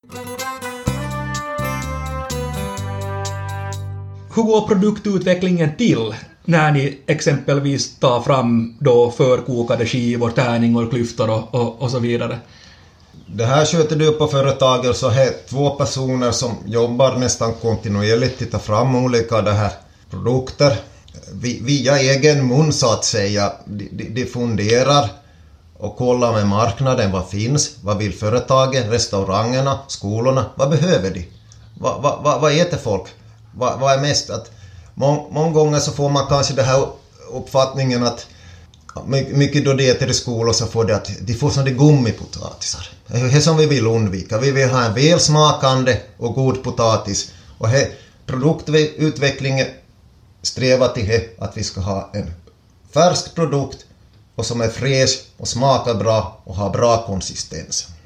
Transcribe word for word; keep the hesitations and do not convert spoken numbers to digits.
Hur går produktutvecklingen till när ni exempelvis tar fram då förkokade skivor, tärningar, klyftor och, och, och så vidare? Det här sköter du på företaget, så är två personer som jobbar nästan kontinuerligt att ta fram olika det här produkter. Via egen mun så att säga, de, de, de funderar och kollar med marknaden vad finns, vad vill företagen, restaurangerna, skolorna, vad behöver de? Vad, vad, vad, vad äter folk? Vad, vad är mest? Att må, många gånger så får man kanske den här uppfattningen att mycket då det äter i skolan så får det att de får sådana gummipotatisar. Det är som vi vill undvika. Vi vill ha en välsmakande och god potatis. Och här, produktutvecklingen strävar till att vi ska ha en färsk produkt och som är fräsch och smakar bra och har bra konsistens.